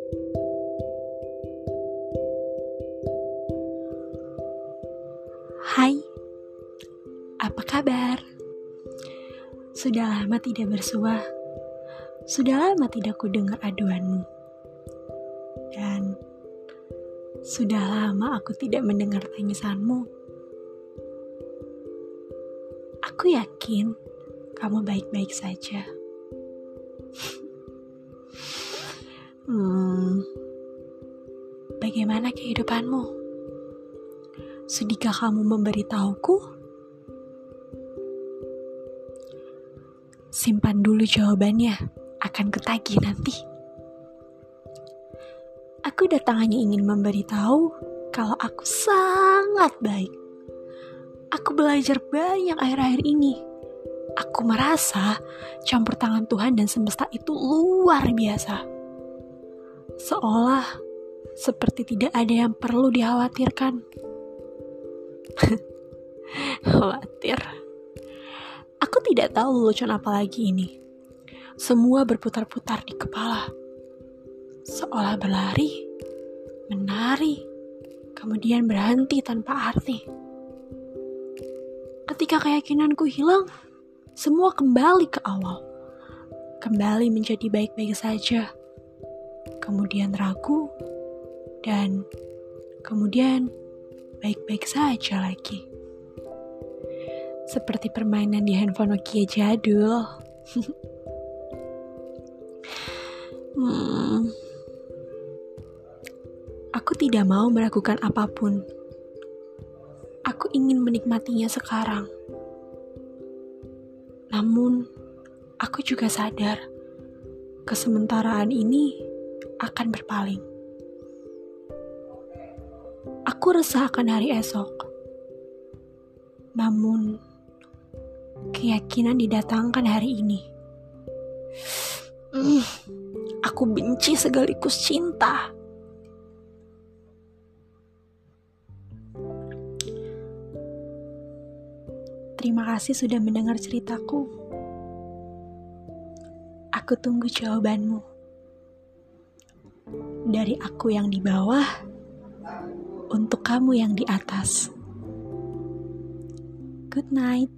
Hai, apa kabar? Sudah lama tidak bersua, sudah lama tidak kudengar aduanmu, dan sudah lama aku tidak mendengar tangisanmu. Aku yakin kamu baik-baik saja. Bagaimana kehidupanmu? Sudahkah kamu memberitahuku? Simpan dulu jawabannya, akan kutagih nanti. Aku datang hanya ingin memberitahu kalau aku sangat baik. Aku belajar banyak akhir-akhir ini. Aku merasa campur tangan Tuhan dan semesta itu luar biasa. Seolah seperti tidak ada yang perlu dikhawatirkan. Khawatir. Aku tidak tahu lelucon apa lagi ini. Semua berputar-putar di kepala. Seolah berlari, menari, kemudian berhenti tanpa arti. Ketika keyakinanku hilang, semua kembali ke awal. Kembali menjadi baik-baik saja. Kemudian ragu, dan kemudian baik-baik saja lagi. Seperti permainan di handphone Nokia jadul. Aku tidak mau meragukan apapun. Aku ingin menikmatinya sekarang. Namun, aku juga sadar kesementaraan ini akan berpaling. Aku resah akan hari esok. Namun, keyakinan didatangkan hari ini. Aku benci segaligus cinta. Terima kasih sudah mendengar ceritaku. Aku tunggu jawabanmu. Dari aku yang di bawah, untuk kamu yang di atas. Good night.